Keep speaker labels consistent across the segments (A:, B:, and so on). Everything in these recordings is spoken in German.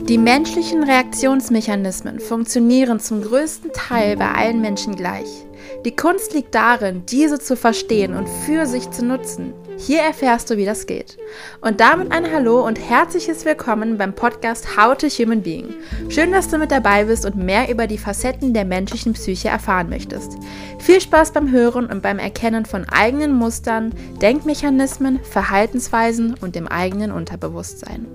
A: Die menschlichen Reaktionsmechanismen funktionieren zum größten Teil bei allen Menschen gleich. Die Kunst liegt darin, diese zu verstehen und für sich zu nutzen. Hier erfährst du, wie das geht. Und damit ein Hallo und herzliches Willkommen beim Podcast How to Human Being. Schön, dass du mit dabei bist und mehr über die Facetten der menschlichen Psyche erfahren möchtest. Viel Spaß beim Hören und beim Erkennen von eigenen Mustern, Denkmechanismen, Verhaltensweisen und dem eigenen Unterbewusstsein.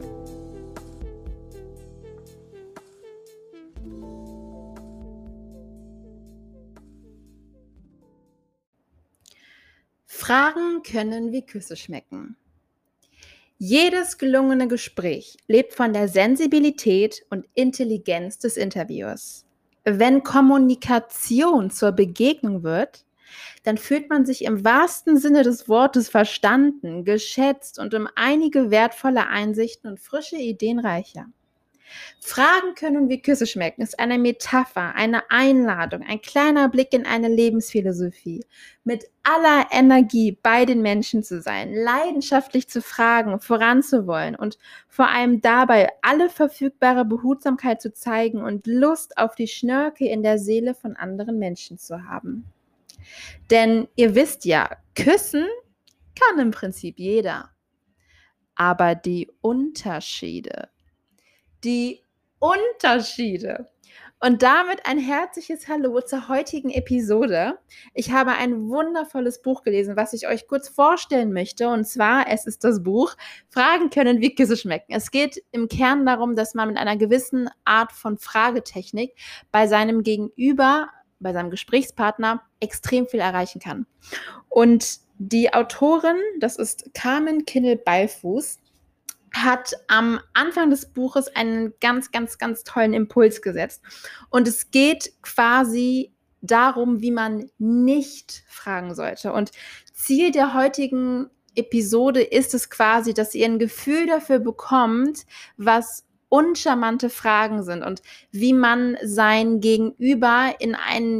A: Fragen können wie Küsse schmecken. Jedes gelungene Gespräch lebt von der Sensibilität und Intelligenz des Interviewers. Wenn Kommunikation zur Begegnung wird, dann fühlt man sich im wahrsten Sinne des Wortes verstanden, geschätzt und um einige wertvolle Einsichten und frische Ideen reicher. Fragen können wie Küsse schmecken ist eine Metapher, eine Einladung, ein kleiner Blick in eine Lebensphilosophie. Mit aller Energie bei den Menschen zu sein, leidenschaftlich zu fragen, voranzuwollen und vor allem dabei alle verfügbare Behutsamkeit zu zeigen und Lust auf die Schnörkel in der Seele von anderen Menschen zu haben. Denn ihr wisst ja, küssen kann im Prinzip jeder. Aber die Unterschiede. Und damit ein herzliches Hallo zur heutigen Episode. Ich habe ein wundervolles Buch gelesen, was ich euch kurz vorstellen möchte. Und zwar, es ist das Buch Fragen können wie Küsse schmecken. Es geht im Kern darum, dass man mit einer gewissen Art von Fragetechnik bei seinem Gegenüber, bei seinem Gesprächspartner extrem viel erreichen kann. Und die Autorin, das ist Carmen Kinnel-Ballfuß, hat am Anfang des Buches einen ganz, ganz, ganz tollen Impuls gesetzt. Und es geht quasi darum, wie man nicht fragen sollte. Und Ziel der heutigen Episode ist es quasi, dass ihr ein Gefühl dafür bekommt, was uncharmante Fragen sind und wie man sein Gegenüber wie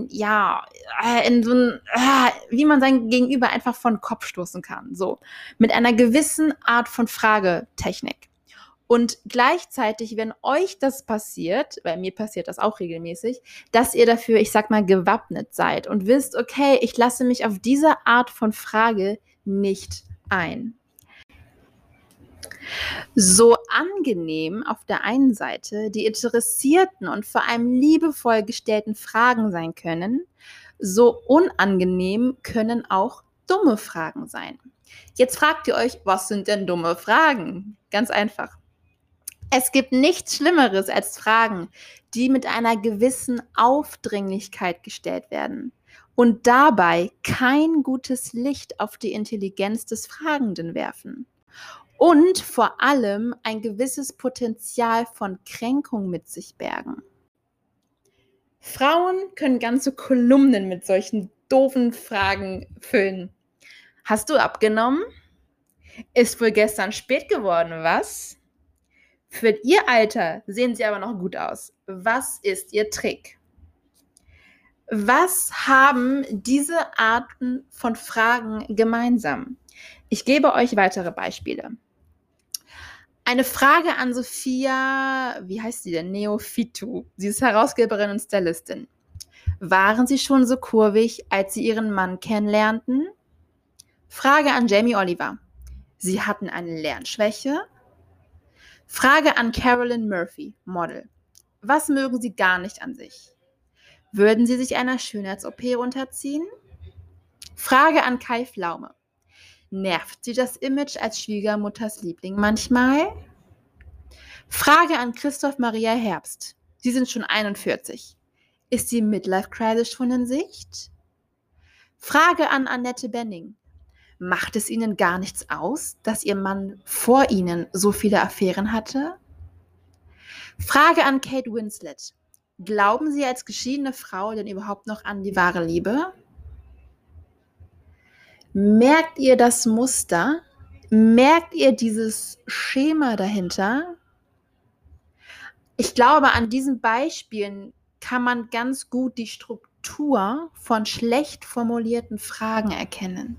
A: man sein Gegenüber einfach vor den Kopf stoßen kann. So, mit einer gewissen Art von Fragetechnik. Und gleichzeitig, wenn euch das passiert, weil mir passiert das auch regelmäßig, dass ihr dafür, ich sag mal, gewappnet seid und wisst, okay, ich lasse mich auf diese Art von Frage nicht ein. So angenehm auf der einen Seite die interessierten und vor allem liebevoll gestellten Fragen sein können, so unangenehm können auch dumme Fragen sein. Jetzt fragt ihr euch, was sind denn dumme Fragen? Ganz einfach. Es gibt nichts Schlimmeres als Fragen, die mit einer gewissen Aufdringlichkeit gestellt werden und dabei kein gutes Licht auf die Intelligenz des Fragenden werfen. Und vor allem ein gewisses Potenzial von Kränkung mit sich bergen. Frauen können ganze Kolumnen mit solchen doofen Fragen füllen. Hast du abgenommen? Ist wohl gestern spät geworden, was? Für ihr Alter sehen sie aber noch gut aus. Was ist ihr Trick? Was haben diese Arten von Fragen gemeinsam? Ich gebe euch weitere Beispiele. Eine Frage an Sophia, wie heißt sie denn? Neophytou. Sie ist Herausgeberin und Stylistin. Waren Sie schon so kurvig, als Sie Ihren Mann kennenlernten? Frage an Jamie Oliver. Sie hatten eine Lernschwäche? Frage an Carolyn Murphy, Model. Was mögen Sie gar nicht an sich? Würden Sie sich einer Schönheits-OP unterziehen? Frage an Kai Pflaume. Nervt Sie das Image als Schwiegermutters Liebling manchmal? Frage an Christoph Maria Herbst. Sie sind schon 41. Ist die Midlife-Crisis schon in Sicht? Frage an Annette Benning. Macht es Ihnen gar nichts aus, dass Ihr Mann vor Ihnen so viele Affären hatte? Frage an Kate Winslet. Glauben Sie als geschiedene Frau denn überhaupt noch an die wahre Liebe? Merkt ihr das Muster? Merkt ihr dieses Schema dahinter? Ich glaube, an diesen Beispielen kann man ganz gut die Struktur von schlecht formulierten Fragen erkennen.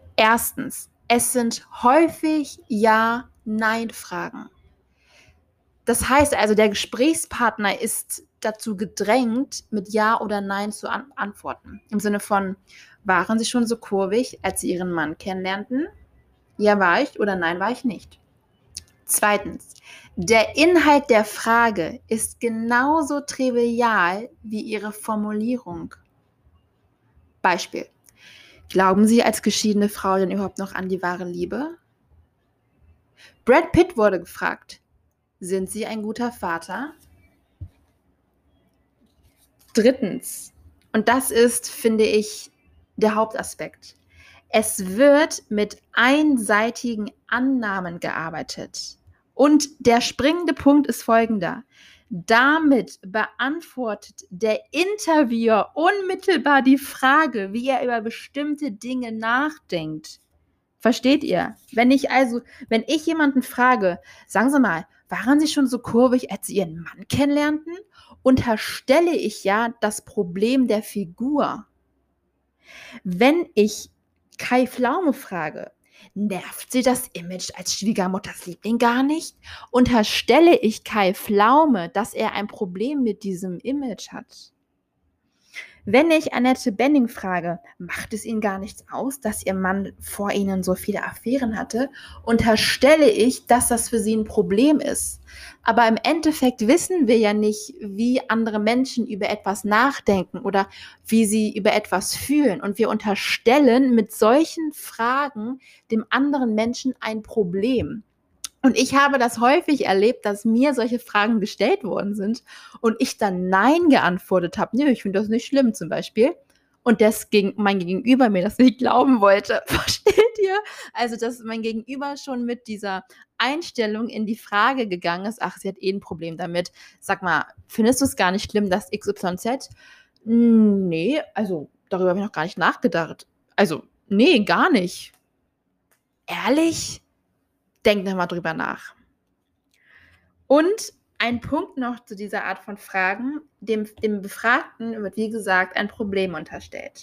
A: Erstens, es sind häufig Ja-Nein-Fragen. Das heißt also, der Gesprächspartner ist dazu gedrängt, mit Ja oder Nein zu antworten. Im Sinne von, waren Sie schon so kurvig, als Sie Ihren Mann kennenlernten? Ja, war ich oder nein, war ich nicht. Zweitens, der Inhalt der Frage ist genauso trivial wie ihre Formulierung. Beispiel. Glauben Sie als geschiedene Frau denn überhaupt noch an die wahre Liebe? Brad Pitt wurde gefragt, sind Sie ein guter Vater? Drittens, und das ist, finde ich, der Hauptaspekt. Es wird mit einseitigen Annahmen gearbeitet. Und der springende Punkt ist folgender. Damit beantwortet der Interviewer unmittelbar die Frage, wie er über bestimmte Dinge nachdenkt. Versteht ihr? Wenn ich jemanden frage, sagen Sie mal, waren Sie schon so kurvig, als Sie Ihren Mann kennenlernten? Unterstelle ich ja das Problem der Figur. Wenn ich Kai Pflaume frage, nervt sie das Image als Schwiegermutters Liebling gar nicht? Unterstelle ich Kai Pflaume, dass er ein Problem mit diesem Image hat? Wenn ich Annette Bening frage, macht es Ihnen gar nichts aus, dass Ihr Mann vor Ihnen so viele Affären hatte, unterstelle ich, dass das für Sie ein Problem ist. Aber im Endeffekt wissen wir ja nicht, wie andere Menschen über etwas nachdenken oder wie sie über etwas fühlen. Und wir unterstellen mit solchen Fragen dem anderen Menschen ein Problem. Und ich habe das häufig erlebt, dass mir solche Fragen gestellt worden sind und ich dann Nein geantwortet habe. Nö, ich finde das nicht schlimm zum Beispiel. Und mein Gegenüber mir das nicht glauben wollte. Versteht ihr? Also, dass mein Gegenüber schon mit dieser Einstellung in die Frage gegangen ist, ach, sie hat eh ein Problem damit. Sag mal, findest du es gar nicht schlimm, dass XYZ? Nee, also darüber habe ich noch gar nicht nachgedacht. Also, nee, gar nicht. Ehrlich? Denk noch mal drüber nach. Und ein Punkt noch zu dieser Art von Fragen, dem Befragten wird, wie gesagt, ein Problem unterstellt.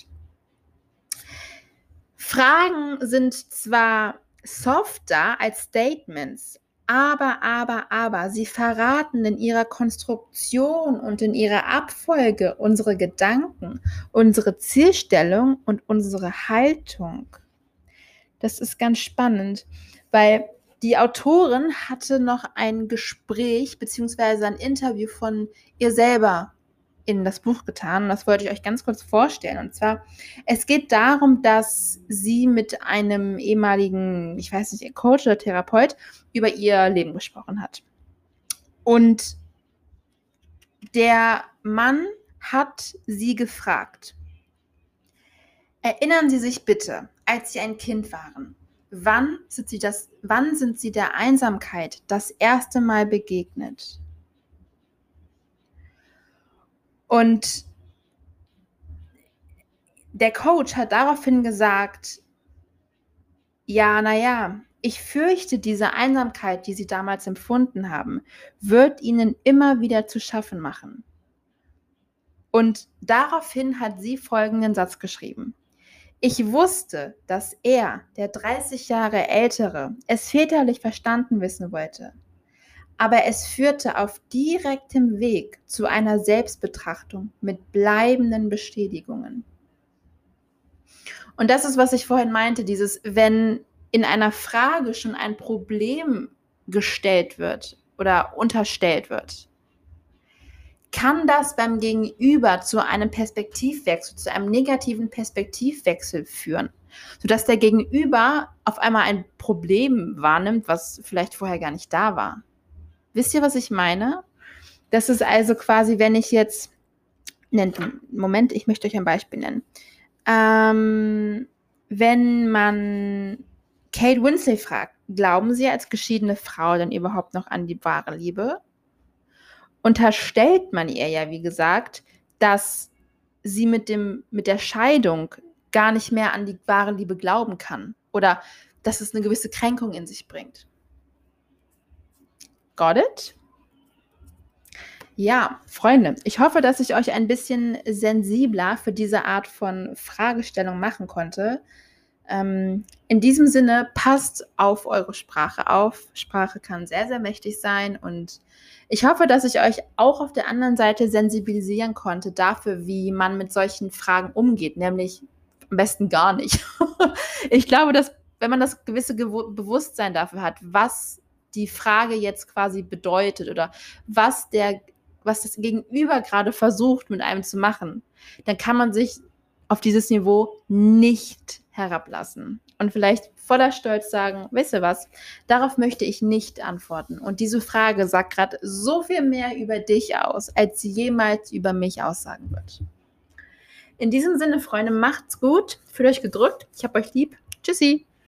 A: Fragen sind zwar softer als Statements, aber, sie verraten in ihrer Konstruktion und in ihrer Abfolge unsere Gedanken, unsere Zielstellung und unsere Haltung. Das ist ganz spannend, weil die Autorin hatte noch ein Gespräch bzw. ein Interview von ihr selber in das Buch getan. Und das wollte ich euch ganz kurz vorstellen. Und zwar, es geht darum, dass sie mit einem ehemaligen, ich weiß nicht, Coach oder Therapeut über ihr Leben gesprochen hat. Und der Mann hat sie gefragt, erinnern Sie sich bitte, als Sie ein Kind waren, wann sind Sie der Einsamkeit das erste Mal begegnet? Und der Coach hat daraufhin gesagt, ja, ich fürchte, diese Einsamkeit, die Sie damals empfunden haben, wird Ihnen immer wieder zu schaffen machen. Und daraufhin hat sie folgenden Satz geschrieben. Ich wusste, dass er, der 30 Jahre Ältere, es väterlich verstanden wissen wollte. Aber es führte auf direktem Weg zu einer Selbstbetrachtung mit bleibenden Bestätigungen. Und das ist, was ich vorhin meinte, wenn in einer Frage schon ein Problem gestellt wird oder unterstellt wird, kann das beim Gegenüber zu einem Perspektivwechsel, zu einem negativen Perspektivwechsel führen, sodass der Gegenüber auf einmal ein Problem wahrnimmt, was vielleicht vorher gar nicht da war. Wisst ihr, was ich meine? Das ist also quasi, wenn ich jetzt, Moment, ich möchte euch ein Beispiel nennen. Wenn man Kate Winslet fragt, glauben Sie als geschiedene Frau denn überhaupt noch an die wahre Liebe? Unterstellt man ihr ja, wie gesagt, dass sie mit der Scheidung gar nicht mehr an die wahre Liebe glauben kann oder dass es eine gewisse Kränkung in sich bringt. Got it? Ja, Freunde, ich hoffe, dass ich euch ein bisschen sensibler für diese Art von Fragestellung machen konnte. In diesem Sinne, passt auf eure Sprache auf. Sprache kann sehr, sehr mächtig sein und ich hoffe, dass ich euch auch auf der anderen Seite sensibilisieren konnte dafür, wie man mit solchen Fragen umgeht, nämlich am besten gar nicht. Ich glaube, dass wenn man das gewisse Bewusstsein dafür hat, was die Frage jetzt quasi bedeutet oder was das Gegenüber gerade versucht mit einem zu machen, dann kann man sich auf dieses Niveau nicht herablassen und vielleicht voller Stolz sagen, weißt du was, darauf möchte ich nicht antworten. Und diese Frage sagt gerade so viel mehr über dich aus, als sie jemals über mich aussagen wird. In diesem Sinne, Freunde, macht's gut, fühlt euch gedrückt, ich hab euch lieb, tschüssi.